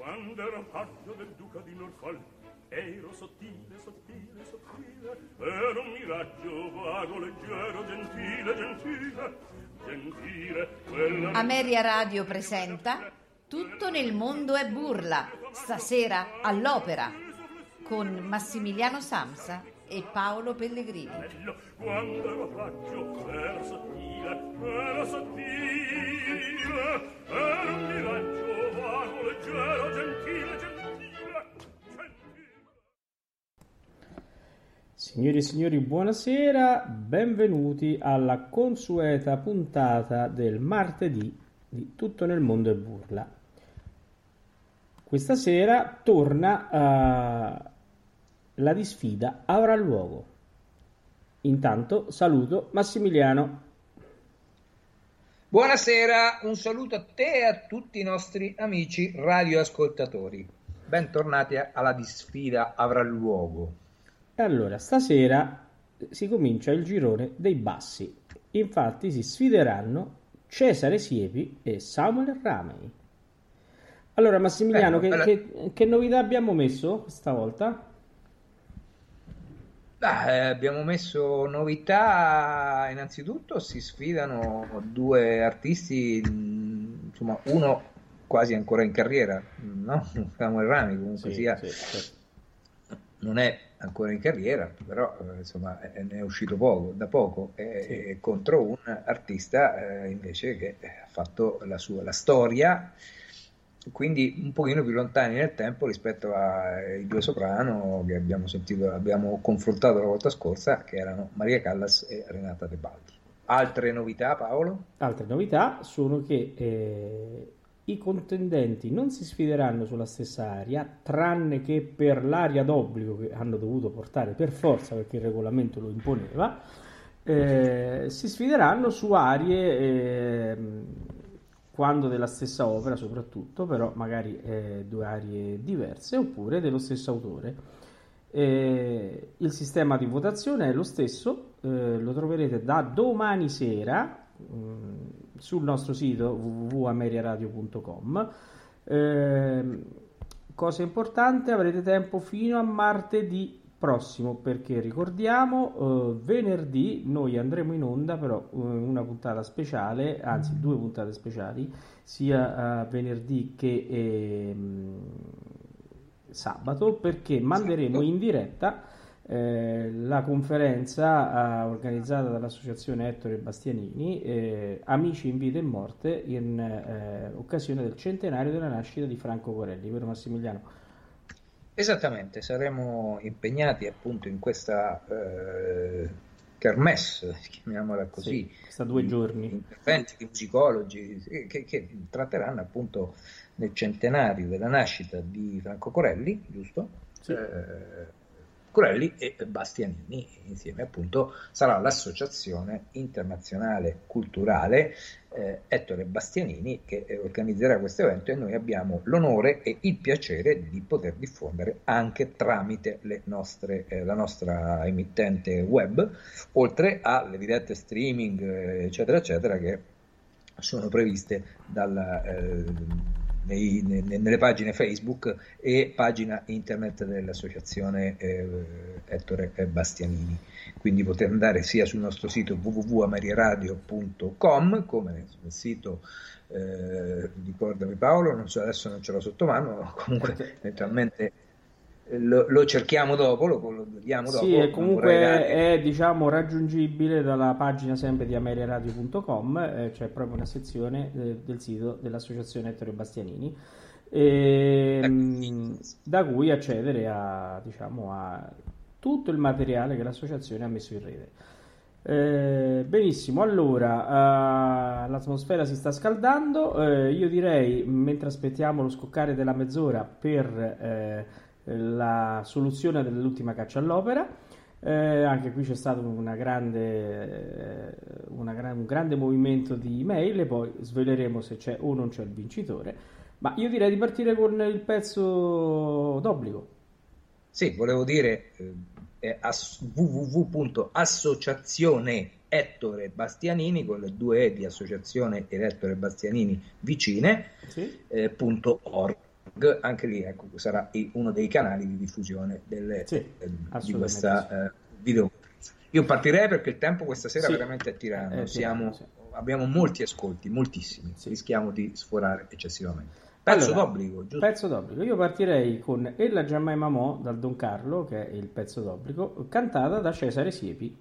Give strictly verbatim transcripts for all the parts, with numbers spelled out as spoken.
Quando ero paggio del duca di Norfolk, ero sottile, sottile, sottile, ero un miraggio vago, leggero, gentile, gentile, gentile. Quella... Ameria Radio presenta Tutto nel mondo è burla, stasera all'Opera, con Massimiliano Samsa e Paolo Pellegrini. Quando ero paggio, ero sottile, ero sottile, ero un miraggio vago, leggero, gentile, gentile, gentile. Signori e signori, buonasera, benvenuti alla consueta puntata del martedì di Tutto nel mondo è burla. Questa sera torna uh, la disfida avrà luogo. Intanto saluto Massimiliano. Buonasera, un saluto a te e a tutti i nostri amici radioascoltatori. Bentornati alla disfida avrà luogo. E allora, stasera si comincia il girone dei bassi. Infatti si sfideranno Cesare Siepi e Samuel Ramey. Allora Massimiliano, eh, che, la... che, che novità abbiamo messo questa volta? Beh, abbiamo messo novità. Innanzitutto si sfidano due artisti, insomma uno quasi ancora in carriera, no? Samuel Ramey comunque sì, sia sì, sì. Non è ancora in carriera, però insomma ne è uscito poco, da poco, e, sì. contro un artista eh, invece che ha fatto la sua la storia, quindi un pochino più lontani nel tempo rispetto ai due soprano che abbiamo sentito, abbiamo confrontato la volta scorsa, che erano Maria Callas e Renata Tebaldi. Altre novità, Paolo? Altre novità sono che eh, i contendenti non si sfideranno sulla stessa aria, tranne che per l'aria d'obbligo che hanno dovuto portare per forza perché il regolamento lo imponeva. Eh, si sfideranno su arie eh, quando della stessa opera soprattutto, però magari eh, due arie diverse oppure dello stesso autore. Eh, il sistema di votazione è lo stesso, eh, lo troverete da domani sera mh, sul nostro sito w w w punto ameriaradio punto com. Eh, cosa importante, avrete tempo fino a martedì prossimo, perché ricordiamo eh, venerdì noi andremo in onda però eh, una puntata speciale, anzi due puntate speciali, sia eh, venerdì che eh, sabato, perché manderemo in diretta eh, la conferenza eh, organizzata dall'associazione Ettore Bastianini, eh, Amici in vita e morte, in eh, occasione del centenario della nascita di Franco Corelli, vero Massimiliano? Esattamente, saremo impegnati appunto in questa eh, kermesse, chiamiamola così, sì, questa due giorni, interventi di musicologi che, che tratteranno appunto del centenario della nascita di Franco Corelli, giusto? Sì. Eh, Corelli e Bastianini, insieme appunto sarà l'associazione internazionale culturale eh, Ettore Bastianini che eh, organizzerà questo evento, e noi abbiamo l'onore e il piacere di poter diffondere anche tramite le nostre, eh, la nostra emittente web, oltre alle dirette streaming eh, eccetera eccetera che sono previste dalla eh, Nei, ne, nelle pagine Facebook e pagina internet dell'associazione eh, Ettore Bastianini. Quindi potete andare sia sul nostro sito w w w punto ameriaradio punto com come sul sito eh, ricordami Paolo, non so, adesso non ce l'ho sotto mano, comunque eventualmente Lo, lo cerchiamo dopo, lo, lo vediamo dopo. Sì, e comunque è diciamo raggiungibile dalla pagina sempre di ameriaradio punto com, eh, c'è proprio una sezione eh, del sito dell'associazione Ettore Bastianini, e, mh, da cui accedere a, diciamo, a tutto il materiale che l'associazione ha messo in rete. Eh, benissimo, allora uh, l'atmosfera si sta scaldando, eh, io direi, mentre aspettiamo lo scoccare della mezz'ora per eh, la soluzione dell'ultima caccia all'opera, eh, anche qui c'è stato una grande, una gra- un grande movimento di email, e poi sveleremo se c'è o non c'è il vincitore, ma io direi di partire con il pezzo d'obbligo. Sì, volevo dire eh, ass- w w w punto associazione Ettore Bastianini, con le due E di associazione ed Ettore Bastianini vicine, sì. eh, punto org. anche lì ecco, sarà uno dei canali di diffusione delle, sì, eh, di questa sì. eh, video. Io partirei perché il tempo questa sera sì. veramente è tiranno, eh, Siamo, sì. abbiamo molti ascolti, moltissimi, sì. rischiamo di sforare eccessivamente. Pezzo allora, d'obbligo, giusto? Pezzo d'obbligo. Io partirei con Ella Giammai Mamò dal Don Carlo, che è il pezzo d'obbligo, cantata da Cesare Siepi.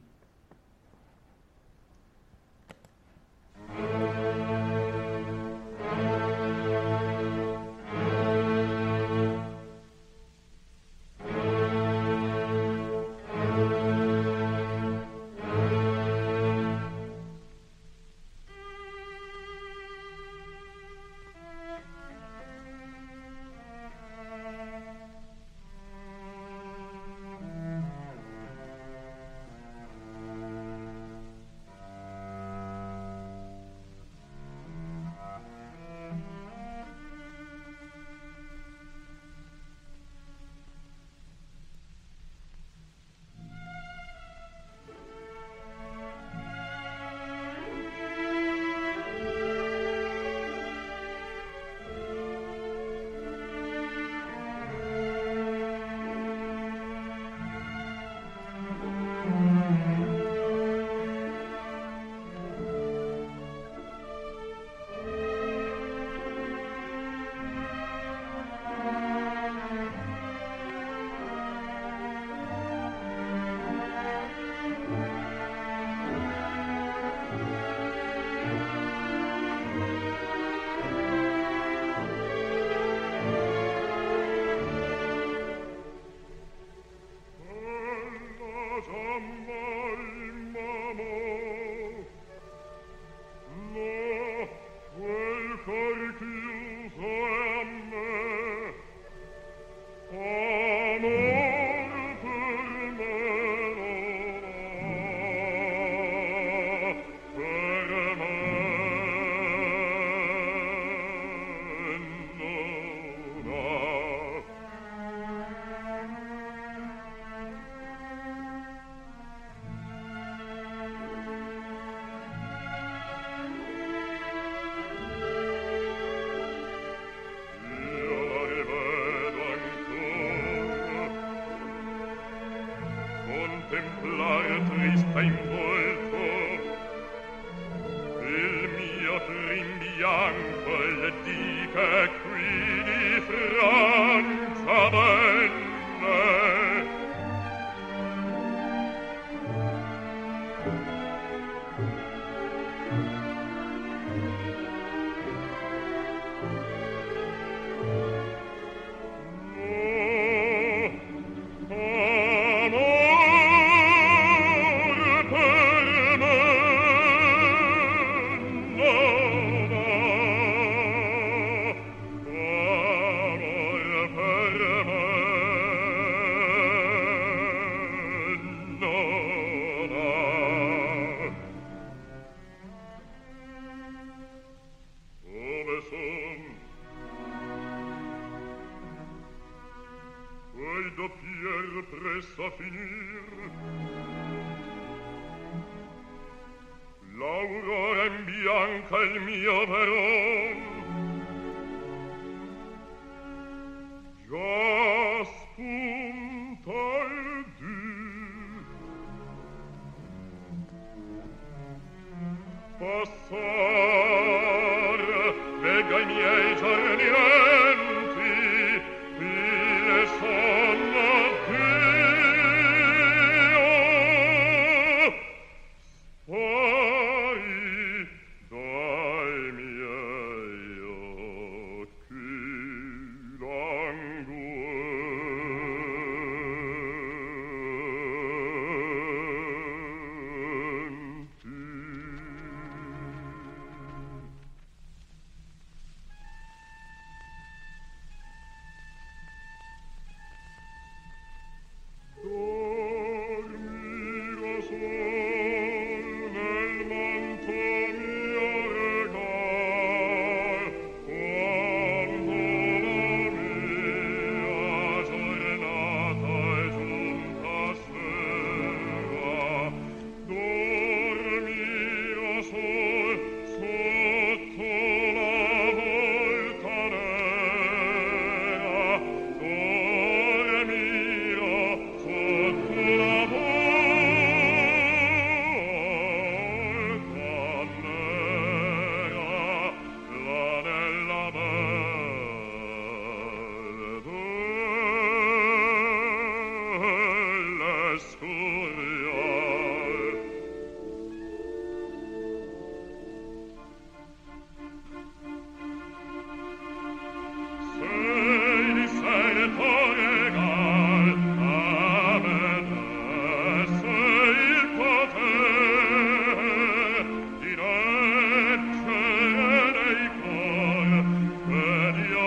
Dai miei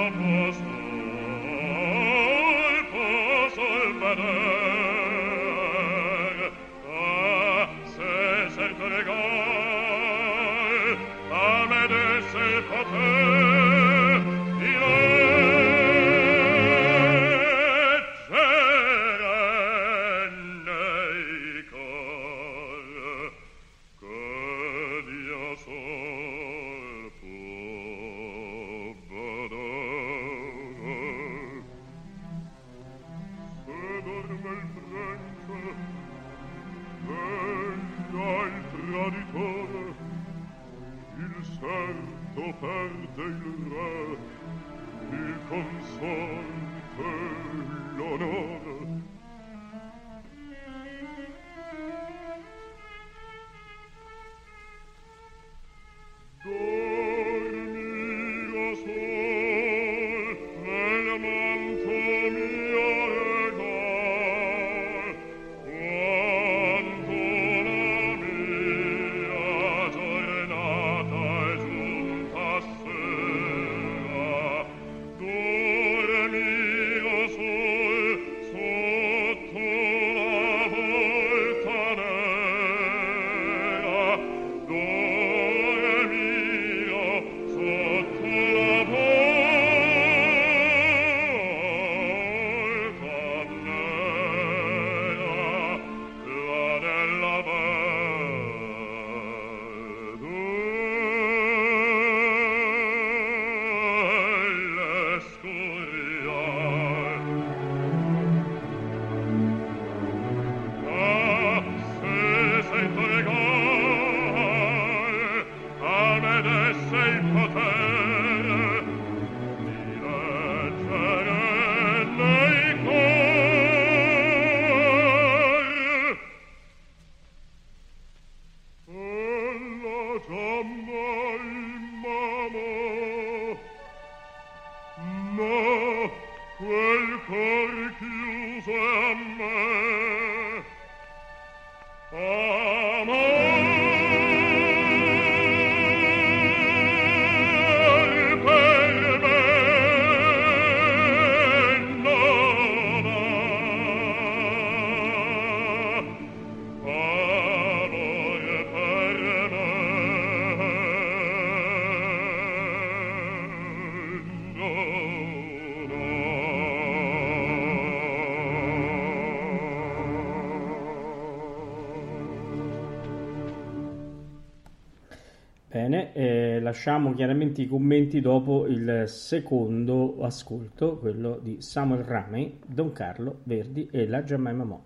Bene, eh, lasciamo chiaramente i commenti dopo il secondo ascolto, quello di Samuel Ramey, Don Carlo Verdi e la Jemima Mo.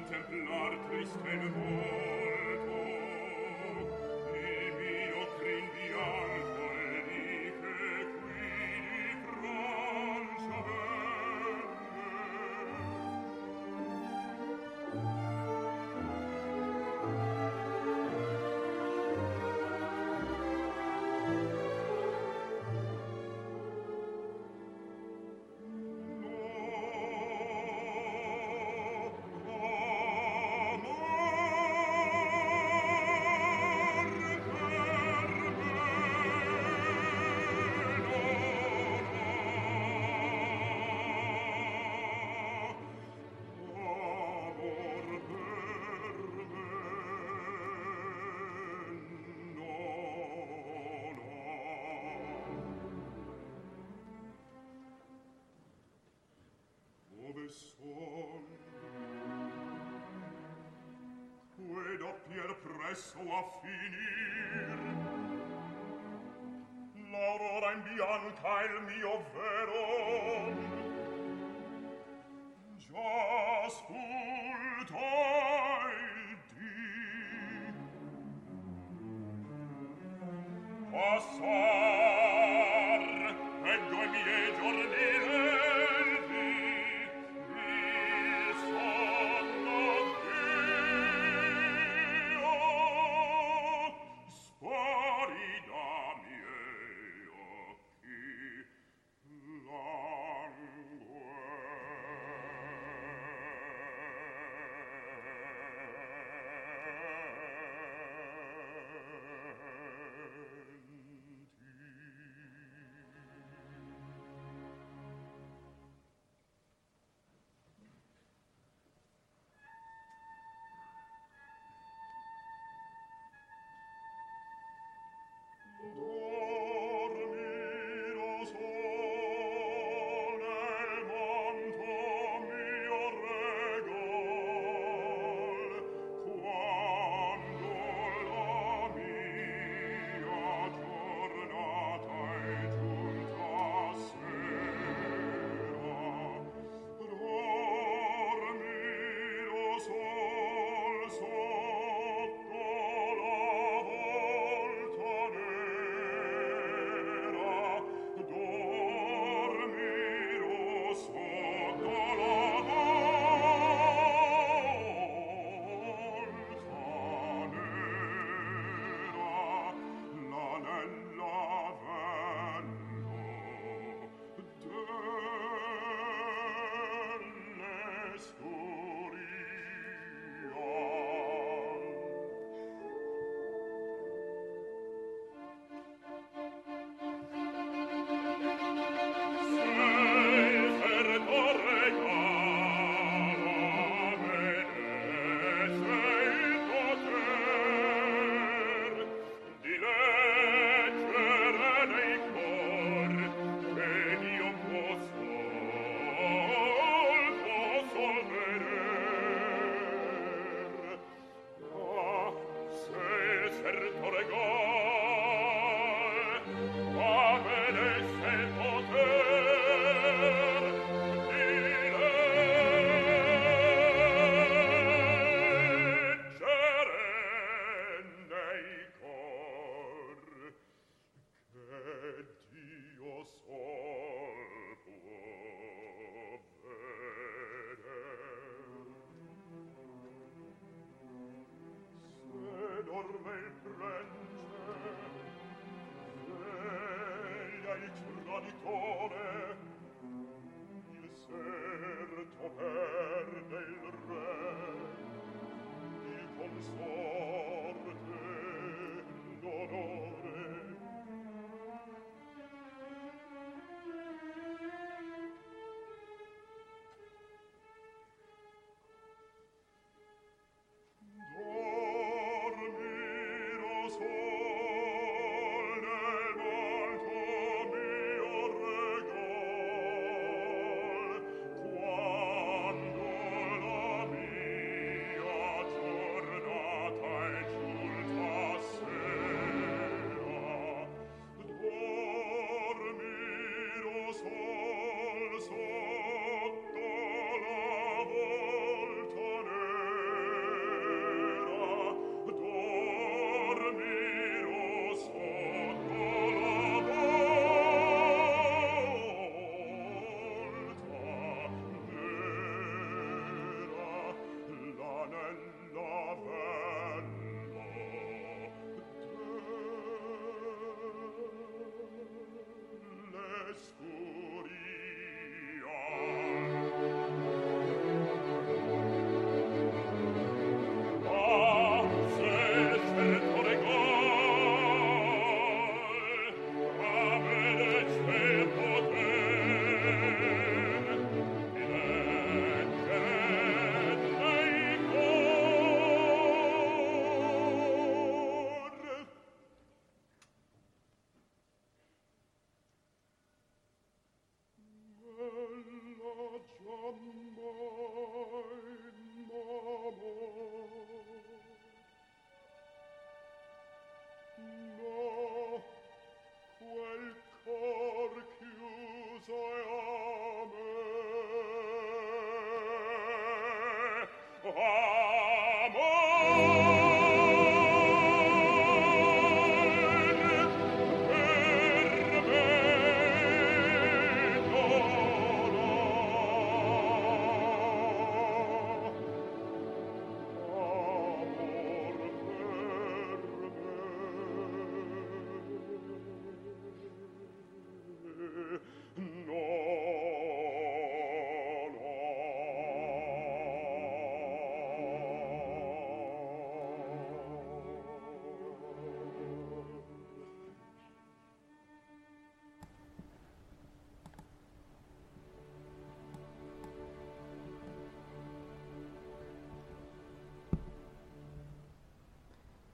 contemplar triste il volto, il mio crin bianco e di che qui di Francia venne. Presso a finir l'aurora imbianca il mio vero già sculta il dì passar ecco i miei giorni lenti il sonno fuori da miei occhi Dormiro sol nel manto mio regal, quando la mia giornata è giunta sera. Dormiro sol sotto la volta nera, dormiro sotto la volta nera, l'anella vello delle storia. Sei certo regala me, sei il poter di leggere nei cor che io posso, posso vedere. Ah, sei certo regal, a me ne sei il poter di leggere nei cor che Dio sol può vedere. Se dorme il prence, sveglia il traditore, il serto perde il re, il consorte l'onore. Dormiro sol nel manto mio regal,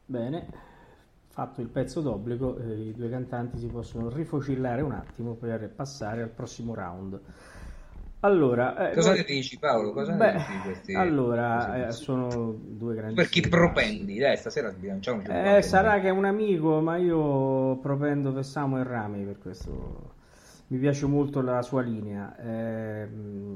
Bene, fatto il pezzo d'obbligo, eh, i due cantanti si possono rifocillare un attimo per passare al prossimo round. Allora, eh, cosa noi... ne dici, Paolo? Cosa Beh, ne dici di questi? allora, eh, sono due grandi. Per chi propendi? Dai, stasera sbilanciamoci un po' Eh, anche sarà noi. che è un amico, ma io propendo per Samuel Ramey, per questo mi piace molto la sua linea. Eh,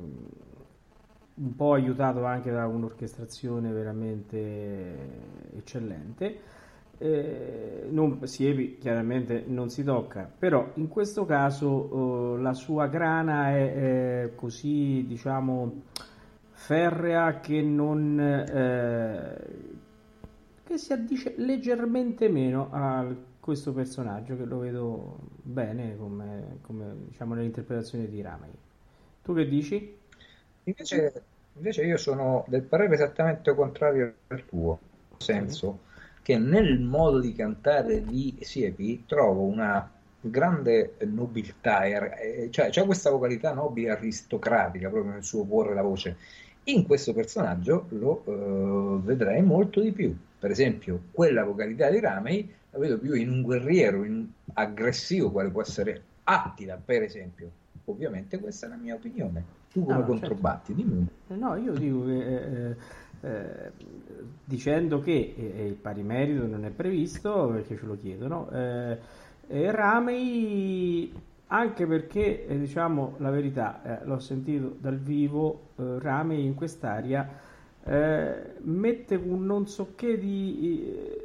un po' aiutato anche da un'orchestrazione veramente eccellente. Eh, non, Siepi chiaramente non si tocca, però in questo caso eh, la sua grana è, è così, diciamo, ferrea che non eh, che si addice leggermente meno a questo personaggio, che lo vedo bene come, come diciamo nell'interpretazione di Ramey. Tu che dici? Invece, invece io sono del parere esattamente contrario al tuo, nel senso che nel modo di cantare di Siepi trovo una grande nobiltà, eh, cioè c'è questa vocalità nobile aristocratica proprio nel suo porre la voce. In questo personaggio lo eh, vedrei molto di più. Per esempio, quella vocalità di Ramey la vedo più in un guerriero, in un aggressivo, quale può essere Attila, per esempio. Ovviamente questa è la mia opinione. Tu come Ah, no, controbatti? certo. Dimmi. No, io dico che eh, eh, dicendo che eh, il pari merito non è previsto perché ce lo chiedono, eh, e Ramey, anche perché eh, diciamo la verità, eh, l'ho sentito dal vivo, eh, Ramey in quest'aria eh, mette un non so che di eh,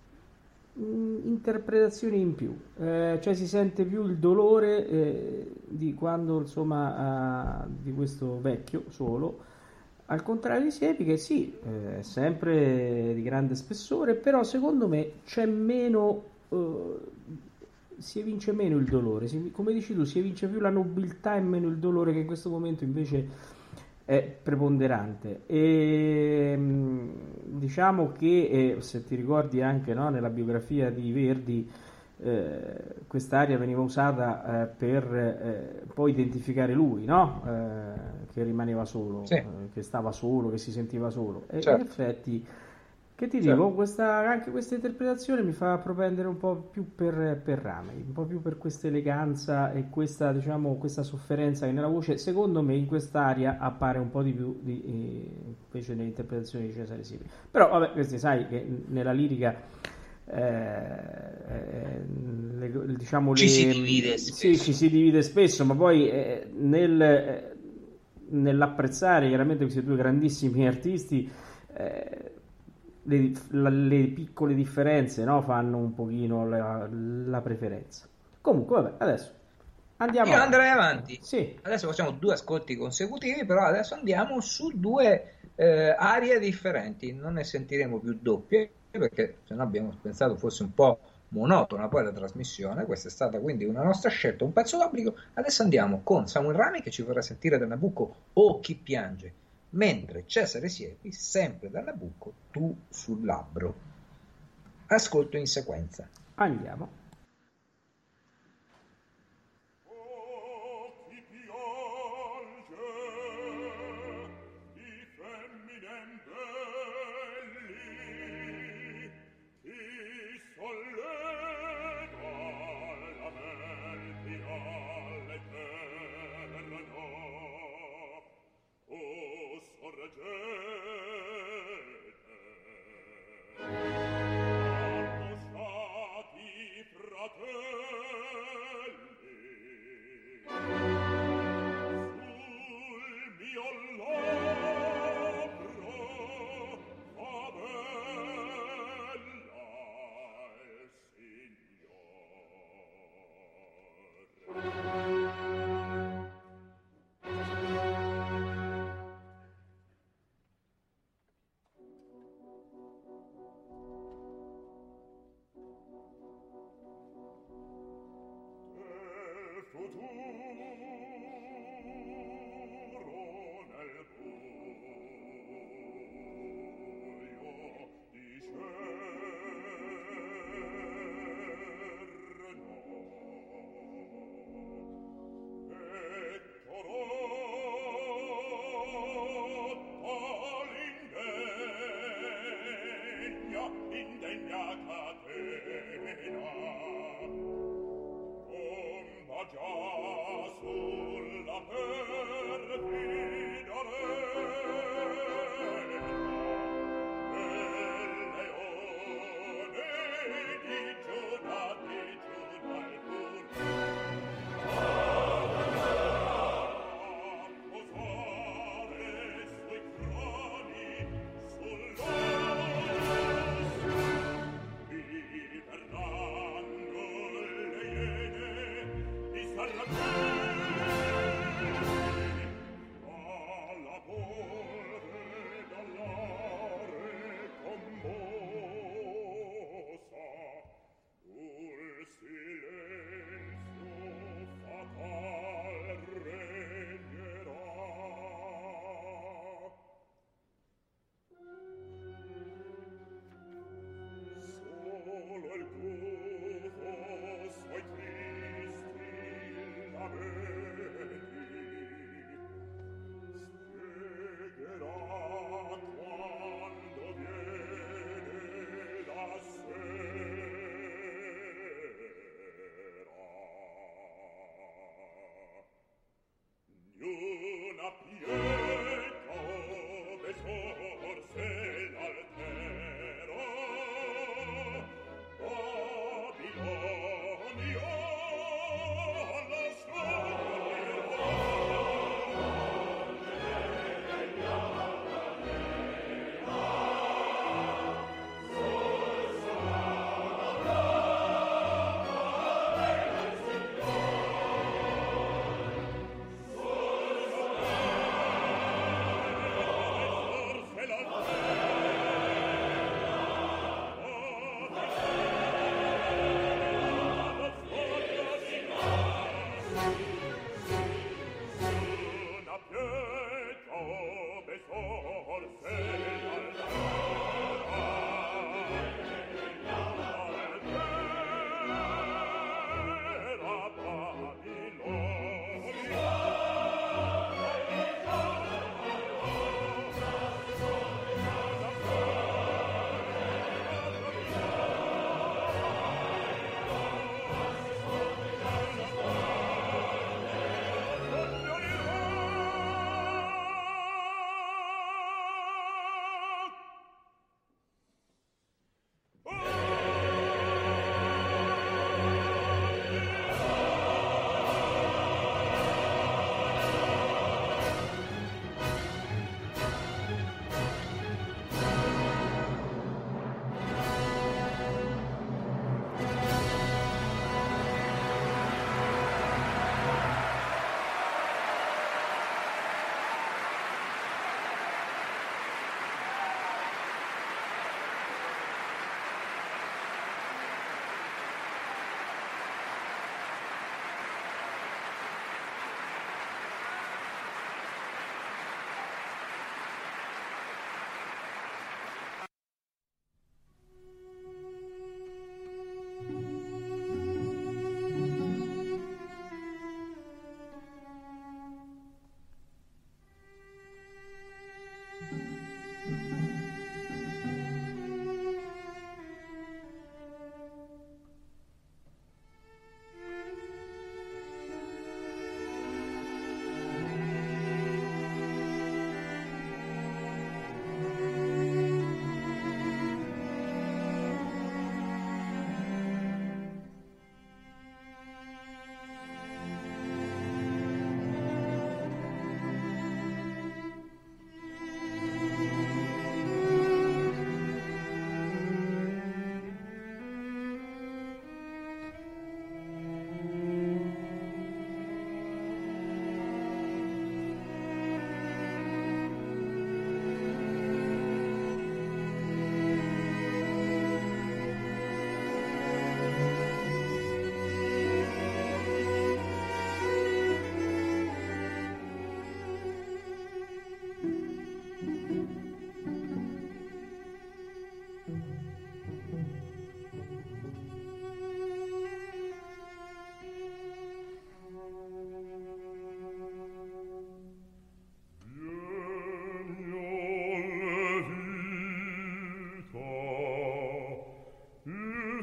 interpretazioni in più, eh, cioè si sente più il dolore eh, di quando insomma uh, di questo vecchio solo, al contrario di Siepi che sì, eh, è sempre di grande spessore, però secondo me c'è meno uh, si evince meno il dolore, si, come dici tu, si evince più la nobiltà e meno il dolore, che in questo momento invece è preponderante. E diciamo che eh, se ti ricordi anche, no, nella biografia di Verdi eh, quest'aria veniva usata eh, per eh, poi identificare lui, no? Eh, che rimaneva solo, Sì. eh, che stava solo, che si sentiva solo, e Certo. in effetti, che ti Certo. dico, questa, anche questa interpretazione mi fa propendere un po' più per, per Ramey, un po' più per questa eleganza e questa, diciamo, questa sofferenza che nella voce, secondo me, in quest'aria appare un po' di più di, eh, invece nell'interpretazione di Cesare Siepi. Però, vabbè, questi sai che nella lirica eh, le, diciamo Ci le, si divide sì, spesso. ci si divide spesso, ma poi eh, nel, eh, nell'apprezzare chiaramente questi due grandissimi artisti, eh, Le, la, le piccole differenze, no, fanno un pochino la, la preferenza. Comunque, vabbè, adesso andiamo Io avanti. andrei avanti. Sì, Adesso facciamo due ascolti consecutivi, però adesso andiamo su due eh, aree differenti. Non ne sentiremo più doppie, perché se no abbiamo pensato fosse un po' monotona poi la trasmissione. Questa è stata quindi una nostra scelta, un pezzo d'obbligo. Adesso andiamo con Samuel Ramey, che ci farà sentire da Nabucco O chi piange, mentre Cesare Siepi, sempre da Nabucco, Tu sul labbro. Ascolto in sequenza. andiamo. Appostati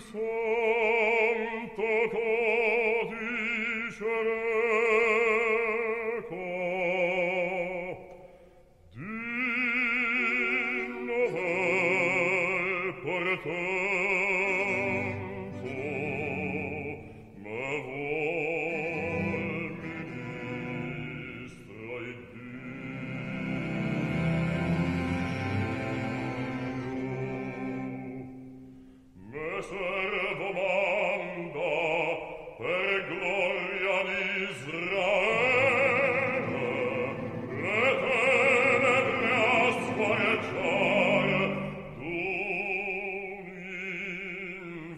santo codice reco di nove portanto ma vuol ministra e Dio me servo manda per gloria d'Israele le tenebre a sfrecciare d'un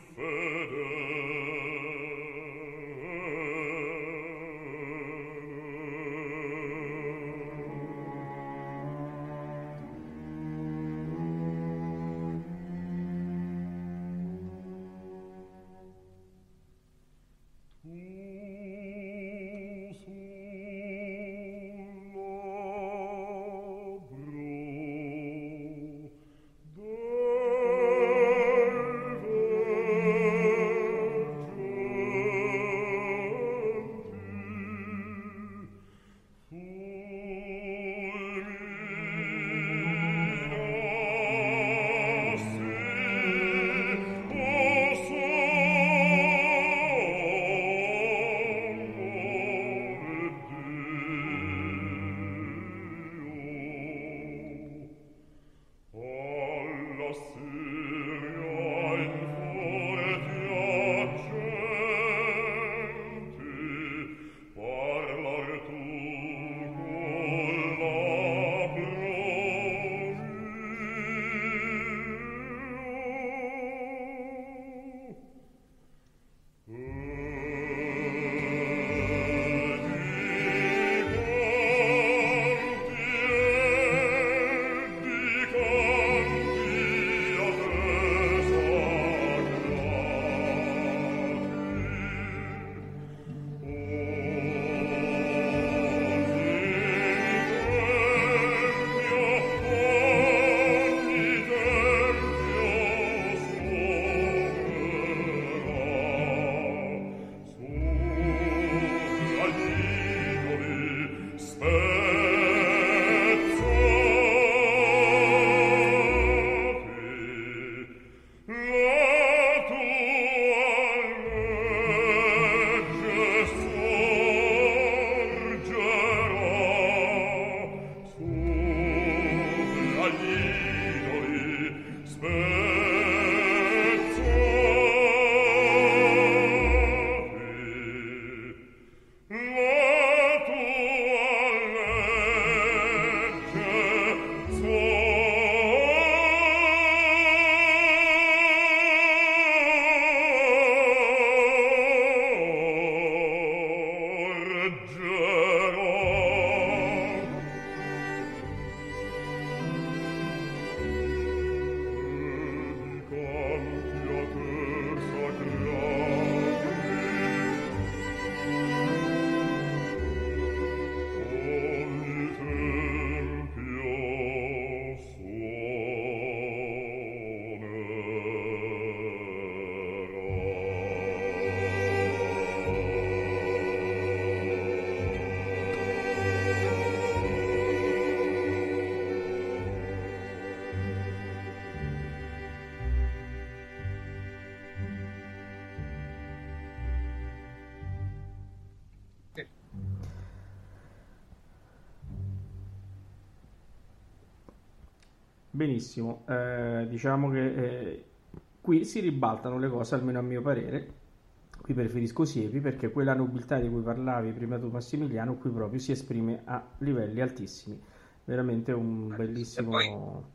Benissimo, eh, diciamo che eh, qui si ribaltano le cose, almeno a mio parere. Qui preferisco Siepi perché quella nobiltà di cui parlavi prima tu, Massimiliano, qui proprio si esprime a livelli altissimi. Veramente un bellissimo... E poi,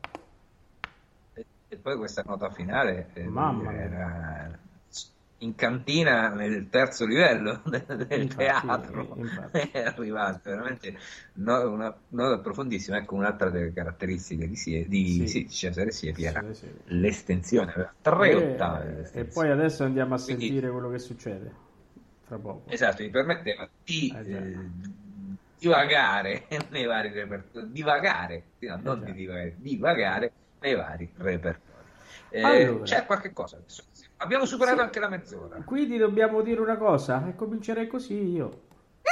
e poi questa nota finale eh, Mamma mia. era in cantina nel terzo livello del, del Infatti, teatro, infatti. è arrivato veramente no- una nota profondissima. Ecco, un'altra delle caratteristiche di, Sie- di, Sì. sì, di Cesare Siepi era Sì, sì. l'estensione, aveva tre E, ottave di e estensione. poi adesso andiamo a Quindi- sentire quello che succede fra poco. Esatto, mi permetteva di Eh, già. eh, divagare nei vari repertori, divagare, no, non Eh, già. di divagare, divagare nei vari repertori. Eh, Allora. C'è qualche cosa adesso. Abbiamo superato Sì. anche la mezz'ora. Quindi dobbiamo dire una cosa, e comincerei così io.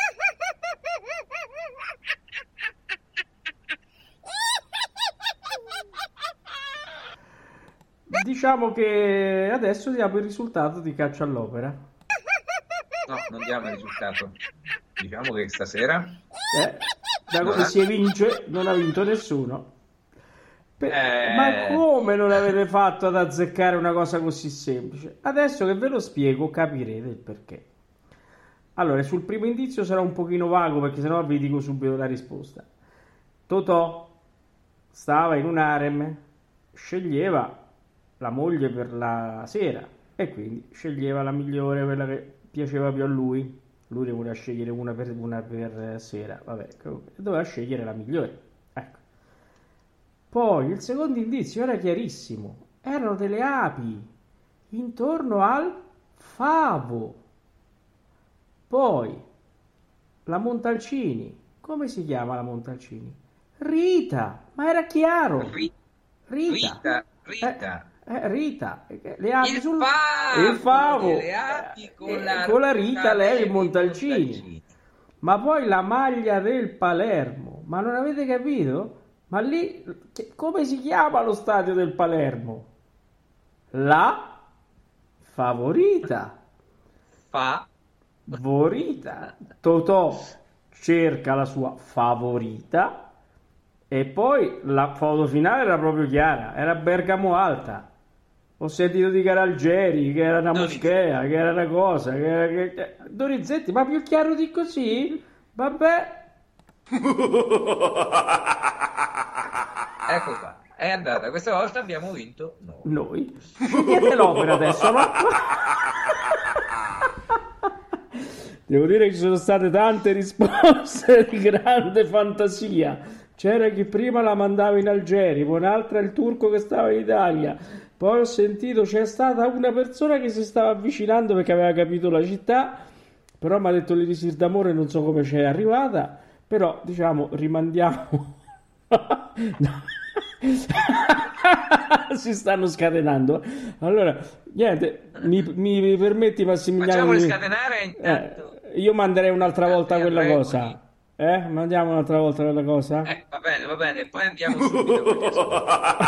Diciamo che adesso diamo il risultato di Caccia all'Opera. No, non diamo il risultato. Diciamo che stasera Eh, da come si evince, non ha vinto nessuno. Per- Eh. Ma come non avete fatto ad azzeccare una cosa così semplice? Adesso che ve lo spiego capirete il perché. Allora, sul primo indizio sarà un pochino vago perché sennò vi dico subito la risposta. Totò stava in un harem, sceglieva la moglie per la sera e quindi sceglieva la migliore, quella che piaceva più a lui. Lui ne voleva scegliere una per, una per sera, vabbè, doveva scegliere la migliore. Ecco. Poi il secondo indizio era chiarissimo, erano delle api intorno al favo. Poi la Montalcini, come si chiama la Montalcini? Rita, ma era chiaro. Ri- Rita, Rita, Rita. Eh, eh, Rita, le api Il sul favo, il favo, delle api con eh, la con la Rita, lei il Levi Montalcini. Montalcini. Ma poi la maglia del Palermo, ma non avete capito? Ma lì, che- come si chiama lo stadio del Palermo? La favorita, Fa Vorita. Totò cerca la sua favorita e poi la foto finale era proprio chiara, era Bergamo Alta. Ho sentito di Caralgeri, che era una Donizetti. moschea, che era una cosa, che era... Che... che- Donizetti, ma più chiaro di così? Vabbè. Ecco qua, è andata. Questa volta abbiamo vinto noi. Noi. Scegliete l'opera adesso, no? Devo dire che ci sono state tante risposte di grande fantasia. C'era chi prima la mandava in Algeria, poi un'altra il turco che stava in Italia. Poi ho sentito c'è stata una persona che si stava avvicinando perché aveva capito la città, però mi ha detto l'Elisir d'Amore, non so come c'è arrivata, però diciamo rimandiamo. No. Si stanno scatenando. Allora, niente, mi, mi permetti Massimiliano? Facciamoli di- scatenare intanto. Eh, io manderei un'altra volta Altri quella regoli. cosa. Eh? Mandiamo un'altra volta quella cosa? Eh, va bene, va bene, poi andiamo subito. perché sono-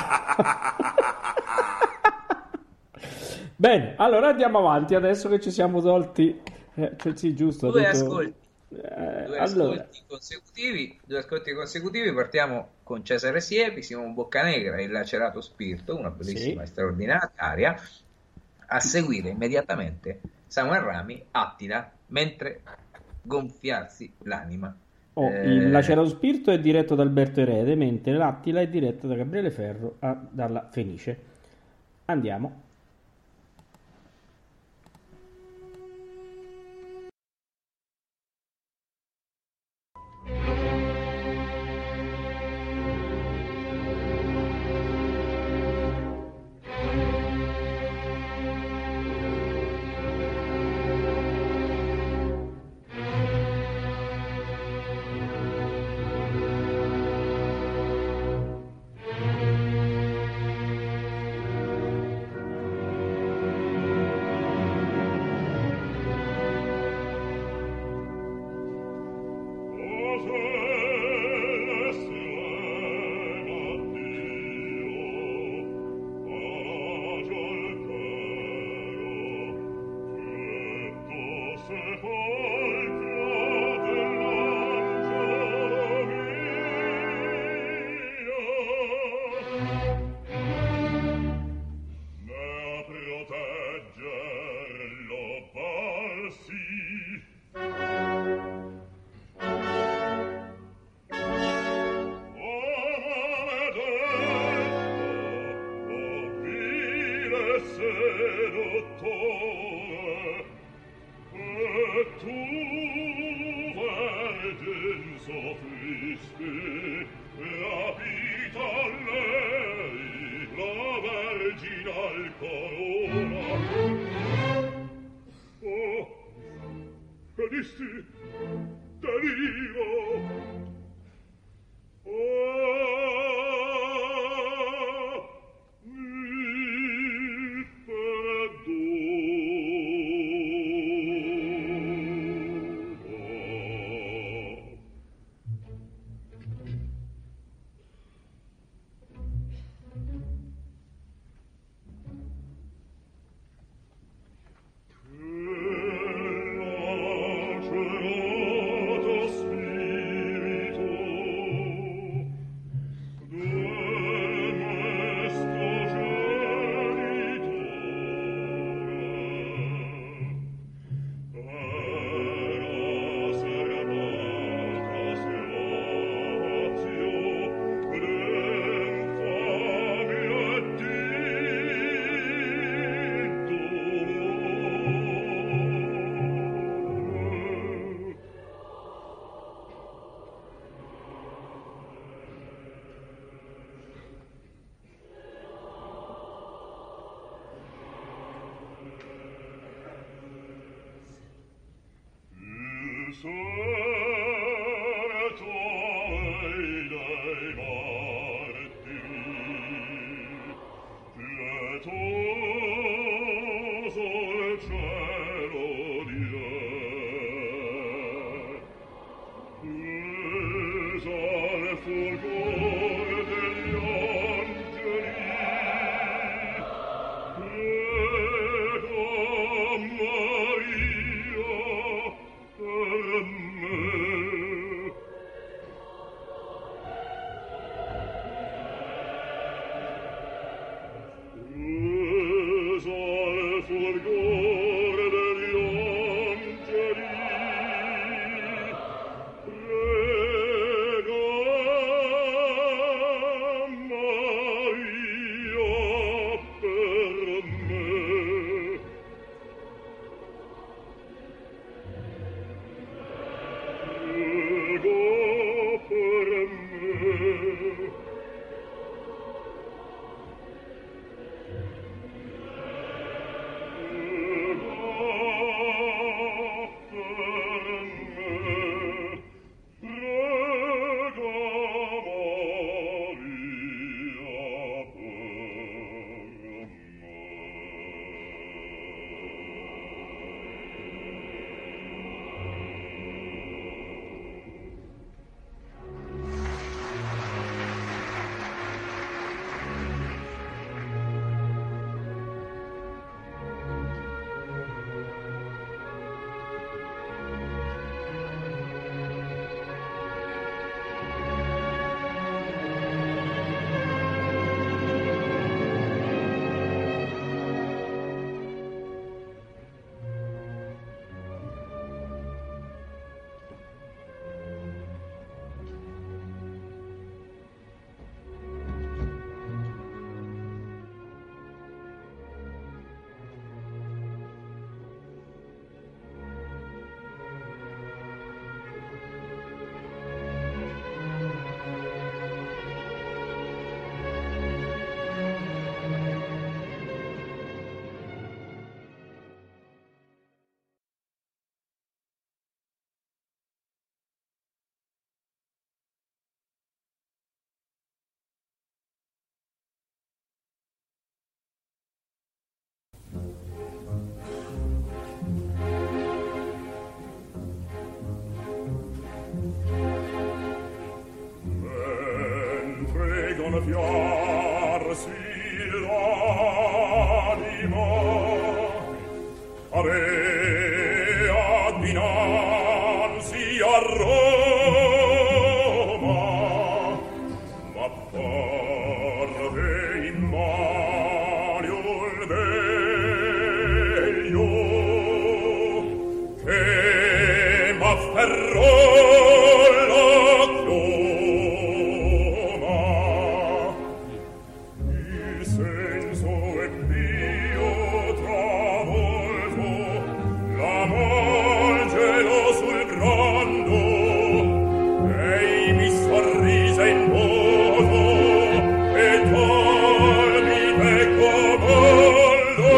Bene, allora andiamo avanti adesso che ci siamo tolti. Eh, cioè, sì, giusto. ho Due detto- ascolti. Eh, Due allora, ascolti consecutivi, due ascolti consecutivi, partiamo con Cesare Siepi, Simon Boccanegra, Il lacerato spirito, una bellissima e straordinaria aria, a seguire immediatamente Samuel Rami, Attila, mentre gonfiarsi l'anima. oh, Eh, il Lacerato Spirito è diretto da Alberto Erede, mentre l'Attila è diretto da Gabriele Ferro a- dalla Fenice. Andiamo. Mentre fiarsi l'anima, area dinanzi a Roma, ma parve in Mario il veglio che m'afferrò la chioma. Il senso è mio travolto, la molgelo sul grando, ei mi sorrise in modo e tal mi becco molto.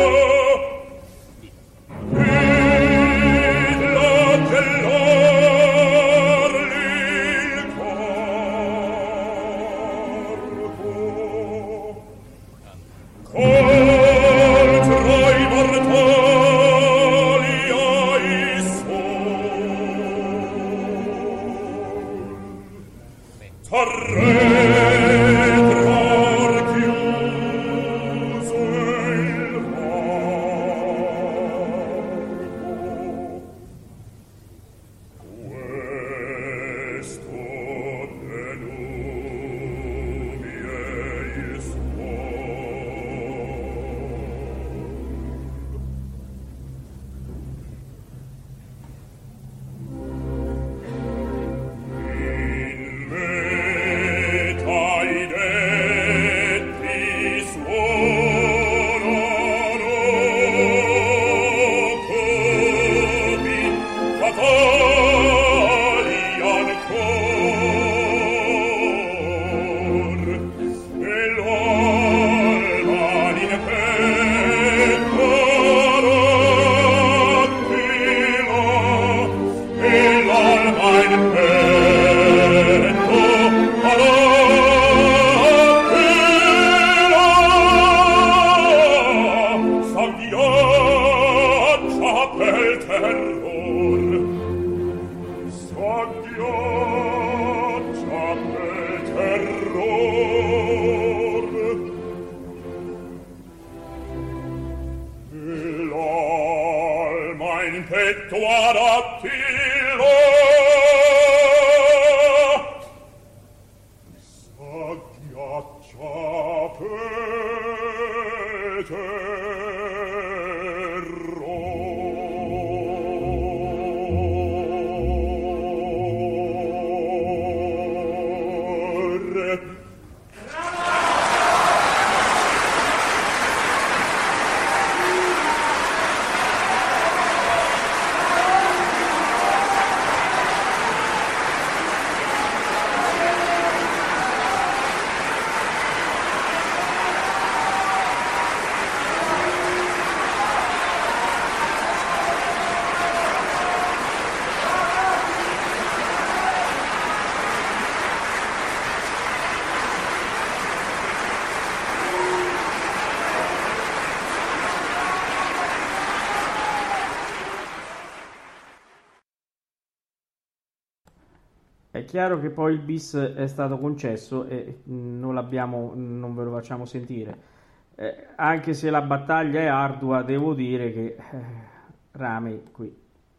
Id la gellarli il corpo, col tra i mortali ai sol. T'arretrar chiuso il corpo. Questo denumi ei in meta i detti suonano comi fatali ancor, e l'alba in petto rattila, e in petto ad Attila s'agghiaccia È chiaro che poi il bis è stato concesso e non l'abbiamo, non ve lo facciamo sentire. Eh, anche se la battaglia è ardua, devo dire che eh, Rami qui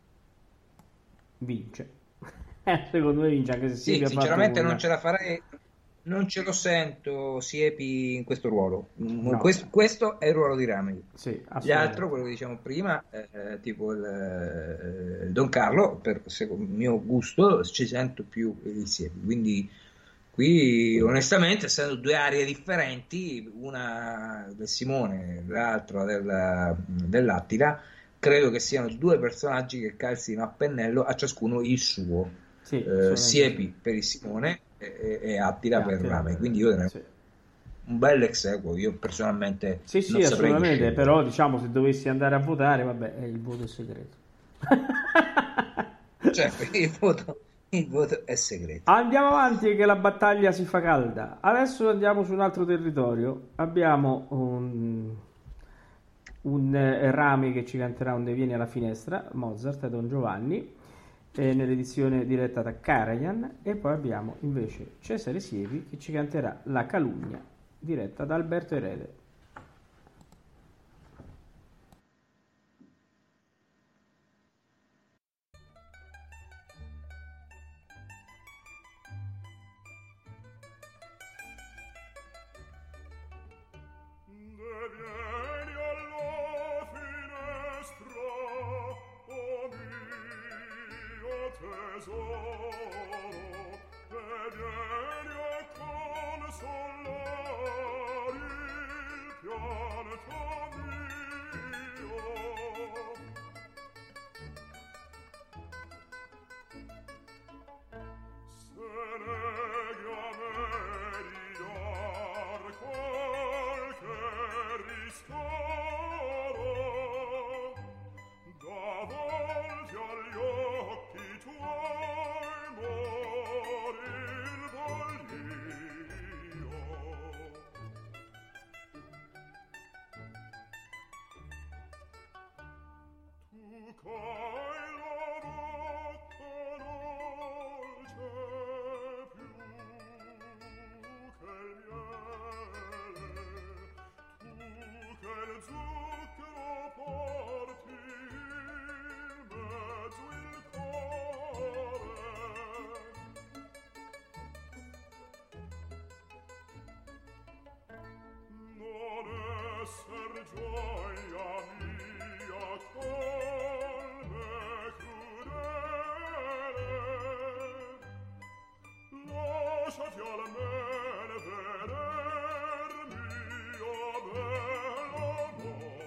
vince. Secondo me vince, anche se sì, Siepi sinceramente una... non ce la farei, non ce lo sento Siepi in questo ruolo. No. Questo, questo è il ruolo di Rami. Sì, gli altri, quello che diciamo prima, eh, tipo il, eh, il Don Carlo, per secondo il mio gusto ci sento più il Siepi, quindi qui onestamente, essendo due aree differenti, una del Simone, l'altra del, dell'Attila, credo che siano due personaggi che calzino a pennello, a ciascuno il suo. Sì, eh, Siepi per il Simone e, e Attila per Rame, quindi io direi sì. un bel ex equo, io personalmente sì sì non saprei assolutamente, però diciamo se dovessi andare a votare, vabbè, il voto è segreto. Cioè, il voto, il voto è segreto. Andiamo avanti che la battaglia si fa calda. Adesso andiamo su un altro territorio. Abbiamo un, un eh, Rami che ci canterà un De vieni alla finestra, Mozart e Don Giovanni, eh, nell'edizione diretta da Karajan, e poi abbiamo invece Cesare Siepi che ci canterà La calunnia, diretta da Alberto Erede. Lasciati al me vedermi, o bello amore.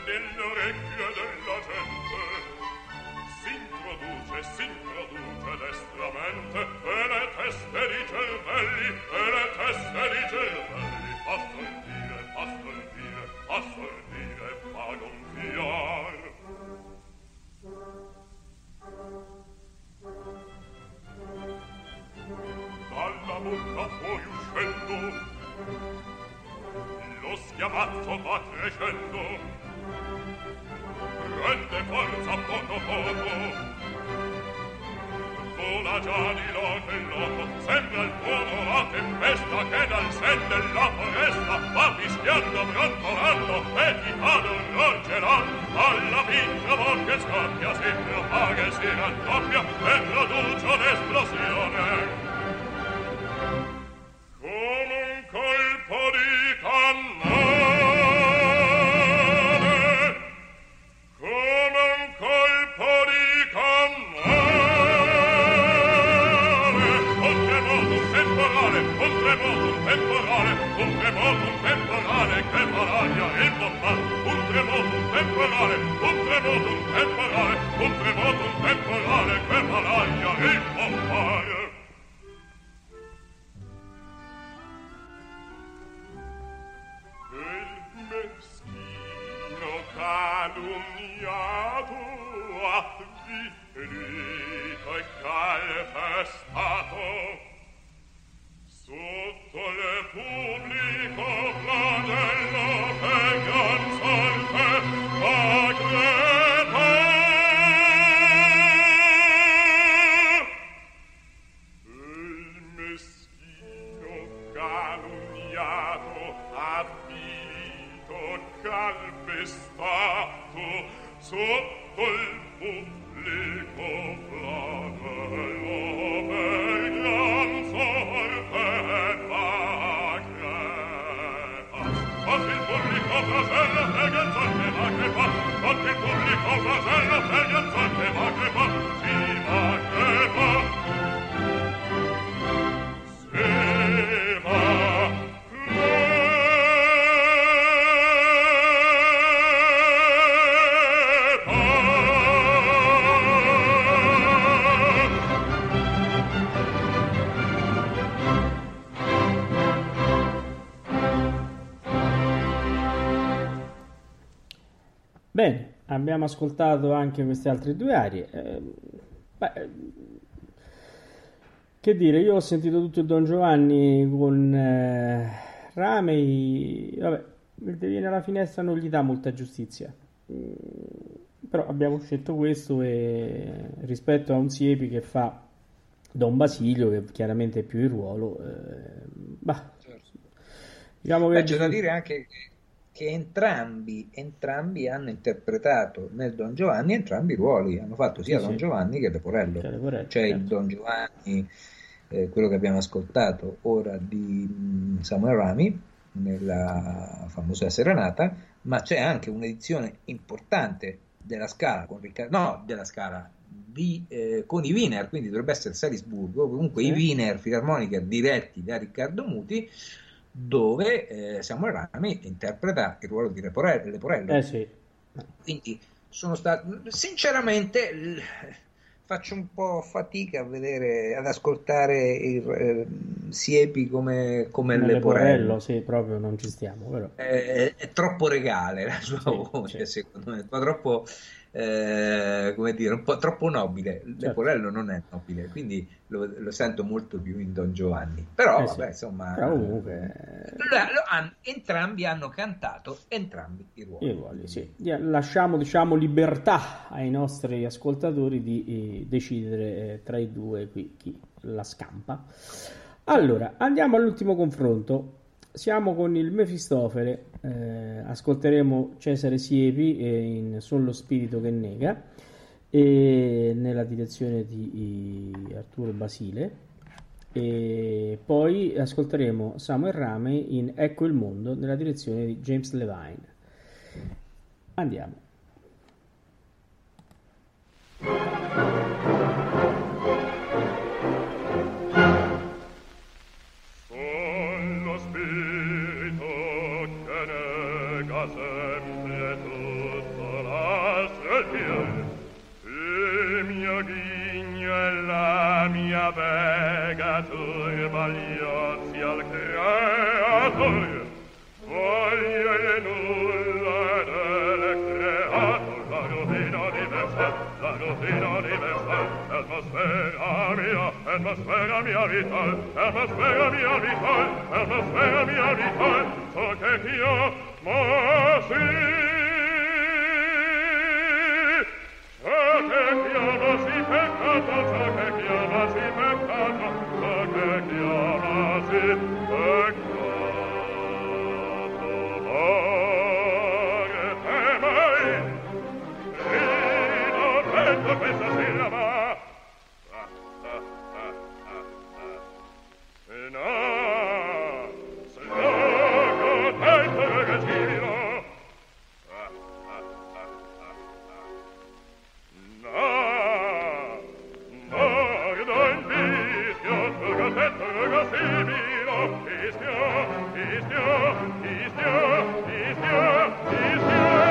nell'orecchio della gente s'introduce, s'introduce destramente e le teste di cervelli, e le teste di cervelli fa stordire, fa stordire, fa stordire, fa gonfiar. Dalla bocca fuori uscendo lo schiamazzo va crescendo, prende forza poco poco, vola già di loco in loco, sembra il tuono la tempesta che dal sen della foresta va fischiando, brontolando e ti fa d'orror gelando, alla pinta che scoppia si propaga e si raddoppia e produce un'esplosione. Come un colpo di cannone, come un colpo di cannone, un tremoto, un temporale, un tremoto, un temporale, un tremoto, un temporale che baraglia il bombard, un tremoto, un temporale, un tremoto, un temporale, un tremoto, un temporale che baraglia il bombard. Calunniato, avvilito e calpestato, sotto il pubblico flagello che gran sorte accrepa. Il meschino calunniato, avvilito, calpestato, sotto il pubblico flagello per gran sorte fa crepa. Sotto il pubblico flagello per gran sorte fa crepa. Sotto il pubblico flagello per gran sorte fa crepa. Si fa crepa. Si fa Bene, abbiamo ascoltato anche queste altre due arie. Eh, beh, che dire, io ho sentito tutto il Don Giovanni con eh, Ramey, vabbè, il De Viene alla finestra non gli dà molta giustizia, mm, però abbiamo scelto questo e rispetto a un Siepi che fa Don Basilio, che chiaramente è più il ruolo, eh, bah, certo. Diciamo che Beh, c'è da dire anche che entrambi, entrambi hanno interpretato nel Don Giovanni entrambi i ruoli, hanno fatto sia sì, Don sì. Giovanni che Leporello. Che Leporello, c'è certo. il Don Giovanni, eh, quello che abbiamo ascoltato ora di mh, Samuel Ramey nella famosa Serenata, ma c'è anche un'edizione importante della Scala con Riccardo, no, della Scala di, eh, con i Wiener, quindi dovrebbe essere Salisburgo, comunque sì. I Wiener Filarmonica diretti da Riccardo Muti, dove eh, Samuel Ramey interpreta il ruolo di Leporello, Leporello. Eh sì. Quindi sono stato sinceramente l- faccio un po' fatica a vedere, ad ascoltare il eh, Siepi come, come Come Leporello. Leporello, sì, proprio non ci stiamo, però. È, è troppo regale la sua Sì, voce, sì. secondo me, un po' troppo eh, come dire, un po' troppo nobile. Certo. Leporello non è nobile, quindi lo, lo sento molto più in Don Giovanni. Però Eh vabbè, sì. insomma, Però comunque lo- lo hanno- entrambi hanno cantato entrambi i ruoli. i ruoli, sì. Lasciamo, diciamo, libertà ai nostri ascoltatori di eh, decidere eh, tra i due qui chi la scampa. Allora, andiamo all'ultimo confronto. Siamo con il Mefistofele, eh, ascolteremo Cesare Siepi eh, in Son lo spirito che nega, e nella direzione di eh, Arturo Basile, e poi ascolteremo Samuel Ramey in Ecco il mondo nella direzione di James Levine. Andiamo. Son lo spirito che nega sempre tutto universal, la rutina universal, atmosfera mia, atmosfera mia vital, atmosfera mia vital, atmosfera mia vital, so che chiama sì, so che chiama sì peccato, so che chiama sì peccato, so che chiama sì peccato. Questa sillaba ah, ah, ah, ah, ah. No slogo tanto ragazzino ah, ah, ah, ah, ah. No mordo in vischio slogo tanto ragazzino ischio, ischio, ischio, ischio, ischio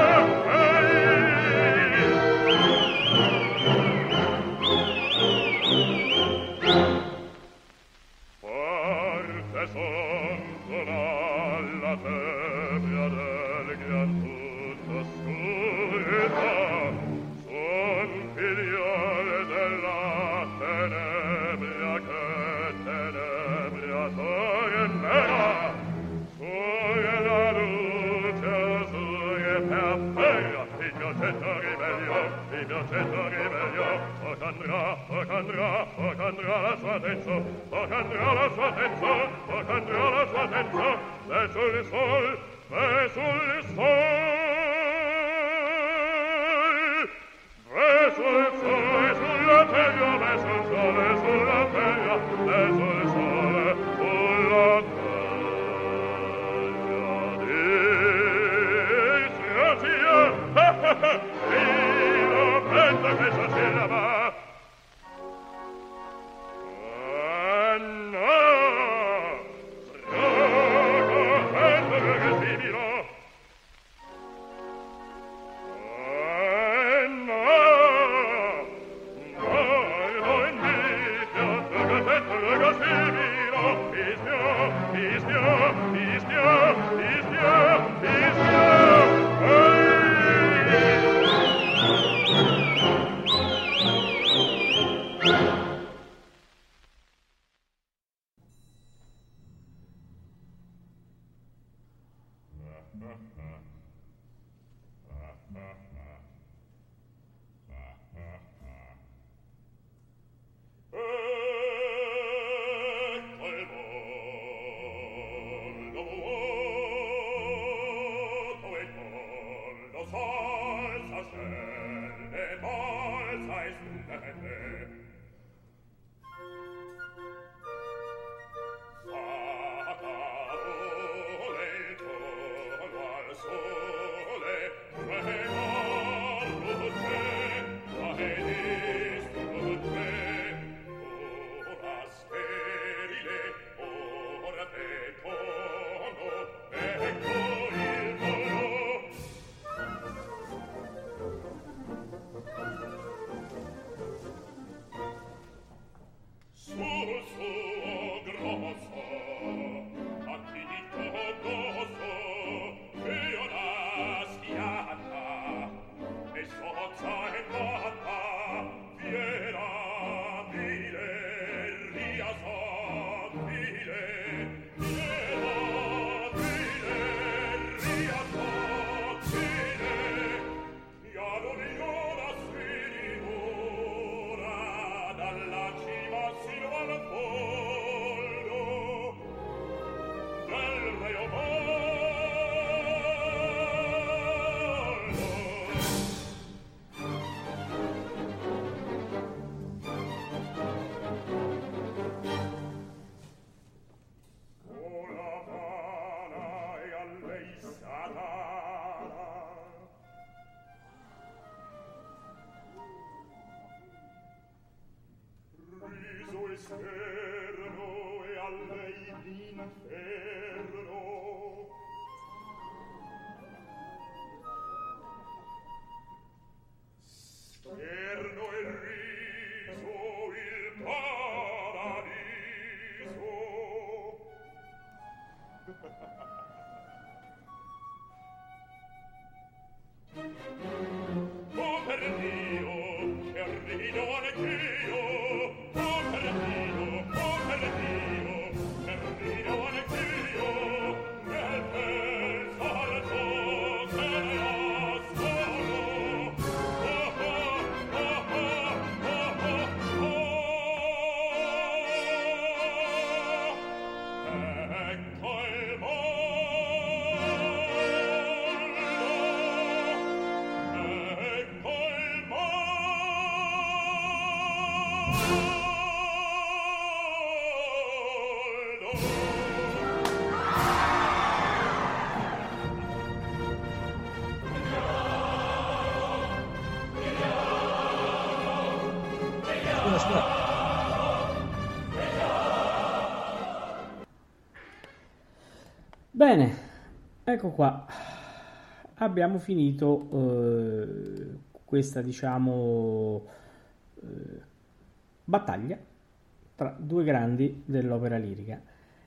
Bene, ecco qua, abbiamo finito eh, questa, diciamo, eh, battaglia tra due grandi dell'opera lirica.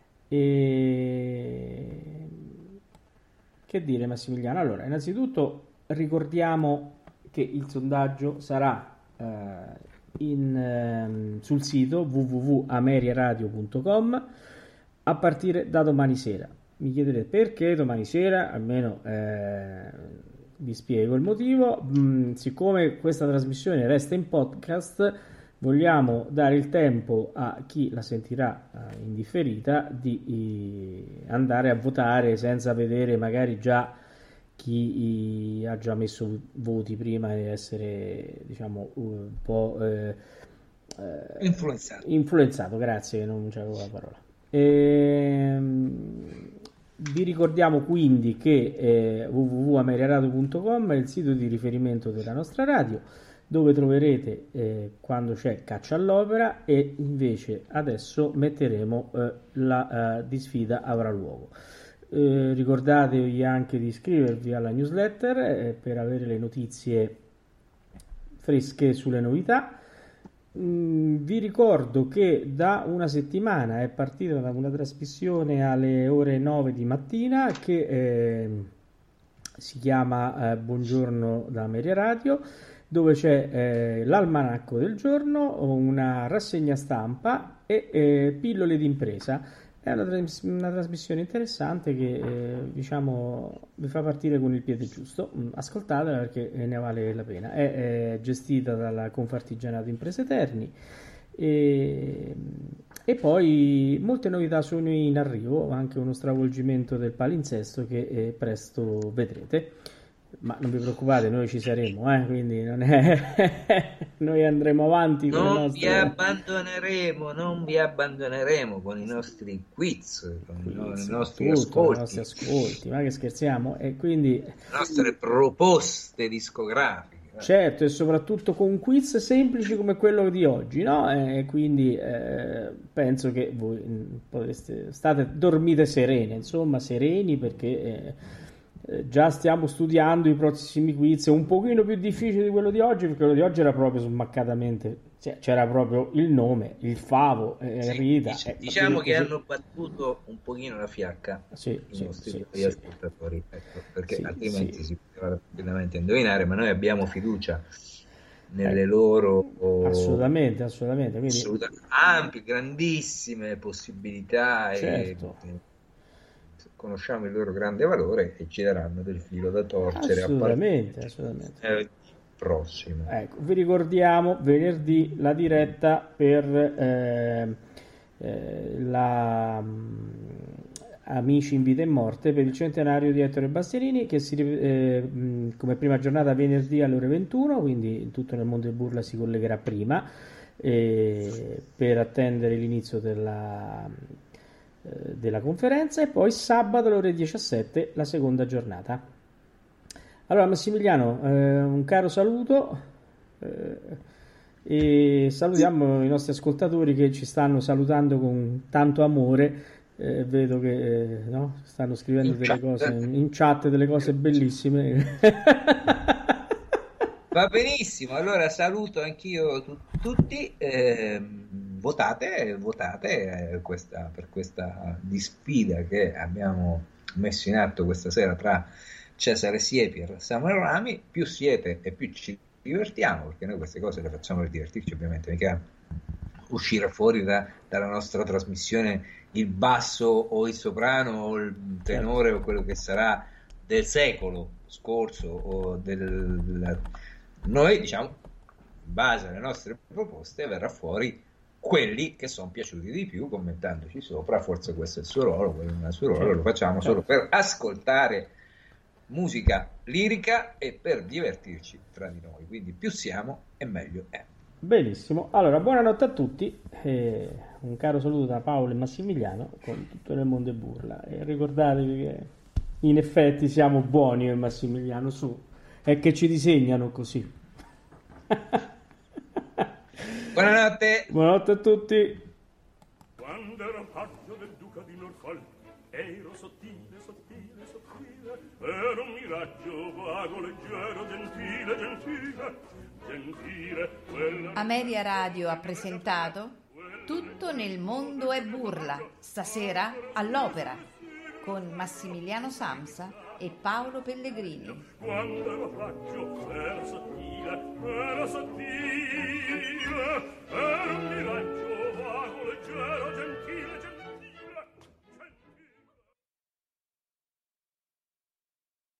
E che dire, Massimiliano? Allora, innanzitutto ricordiamo che il sondaggio sarà eh, in, eh, sul sito w w w punto ameriaradio punto com a partire da domani sera. Mi chiedete perché domani sera, almeno eh, vi spiego il motivo. Mm, siccome questa trasmissione resta in podcast, vogliamo dare il tempo a chi la sentirà eh, in differita di eh, andare a votare senza vedere magari già chi eh, ha già messo voti prima e essere, diciamo, un po' eh, eh, influenzato. Influenzato, grazie, non c'avevo la parola. Ehm... Vi ricordiamo quindi che eh, w w w punto ameriaradio punto com è il sito di riferimento della nostra radio, dove troverete eh, quando c'è Caccia all'Opera, e invece adesso metteremo eh, la uh, disfida avrà luogo. Eh, ricordatevi anche di iscrivervi alla newsletter eh, per avere le notizie fresche sulle novità. Mm, vi ricordo che da una settimana è partita una trasmissione alle ore nove di mattina che eh, si chiama eh, Buongiorno da Ameria Radio, dove c'è eh, l'almanacco del giorno, una rassegna stampa e eh, pillole d'impresa. È una, tras- una trasmissione interessante che eh, diciamo vi fa partire con il piede giusto. Ascoltatela perché ne vale la pena. È, è gestita dalla Confartigianato Imprese Terni e, e poi molte novità sono in arrivo, anche uno stravolgimento del palinsesto che eh, presto vedrete. Ma non vi preoccupate, noi ci saremo, eh? Quindi non è... noi andremo avanti con non le nostre... vi abbandoneremo, non vi abbandoneremo con i nostri quiz, con quiz, i nostri tutto, ascolti, i nostri ascolti, ma che scherziamo, e quindi le nostre proposte discografiche. Certo, e soprattutto con quiz semplici come quello di oggi, no? E quindi eh, penso che voi potreste, state, dormite serene, insomma, sereni, perché eh, già stiamo studiando i prossimi quiz, un pochino più difficili di quello di oggi, perché quello di oggi era proprio smaccatamente, cioè, c'era proprio il nome, il favo, eh, sì, Rita. Dic- eh, diciamo che così. hanno battuto un pochino la fiacca sì, i sì, nostri sì, ascoltatori, sì. Ecco, perché sì, altrimenti sì. si poteva rapidamente indovinare, ma noi abbiamo fiducia nelle eh, loro assolutamente, assolutamente, quindi... assolutamente ampie, grandissime possibilità, certo. e conosciamo il loro grande valore e ci daranno del filo da torcere assolutamente, assolutamente. Eh, prossimo. Ecco, vi ricordiamo venerdì la diretta per eh, eh, la um, Amici in Vita e Morte per il centenario di Ettore Bastianini, che si eh, mh, come prima giornata venerdì alle ore ventuno, quindi tutto nel mondo del burla si collegherà prima eh, per attendere l'inizio della della conferenza, e poi sabato alle ore diciassette la seconda giornata. Allora Massimiliano, eh, un caro saluto eh, e salutiamo i nostri ascoltatori che ci stanno salutando con tanto amore, eh, vedo che eh, no? stanno scrivendo in delle chat. cose in chat, delle cose bellissime. Va benissimo, allora saluto anch'io tu- tutti, eh, votate, votate eh, questa, per questa disfida che abbiamo messo in atto questa sera tra Cesare Siepi e Samuel Rami. Più siete e più ci divertiamo, perché noi queste cose le facciamo per divertirci, ovviamente, mica uscire fuori da, dalla nostra trasmissione il basso o il soprano o il tenore o quello che sarà del secolo scorso o del... Noi diciamo, in base alle nostre proposte verrà fuori quelli che sono piaciuti di più, commentandoci sopra. Forse questo è il suo ruolo, quello non è il suo ruolo, lo facciamo solo per ascoltare musica lirica e per divertirci tra di noi, quindi più siamo e meglio è. Benissimo, allora buonanotte a tutti, eh, un caro saluto da Paolo e Massimiliano con Tutto nel mondo è burla, e ricordatevi che in effetti siamo buoni io e Massimiliano, su, è che ci disegnano così. Buonanotte. Buonanotte a tutti. Quando ero paggio del duca di Norfolk, ero sottile, sottile, sottile, ero un miraggio vago, leggero, gentile, gentile, gentile. Quella... Ameria Radio ha presentato Tutto nel mondo è burla, stasera all'Opera, con Massimiliano Samsa e Paolo Pellegrini. Quando ero paggio, ero sottile, ero sottile, ero un miraggio vago, leggero, gentile,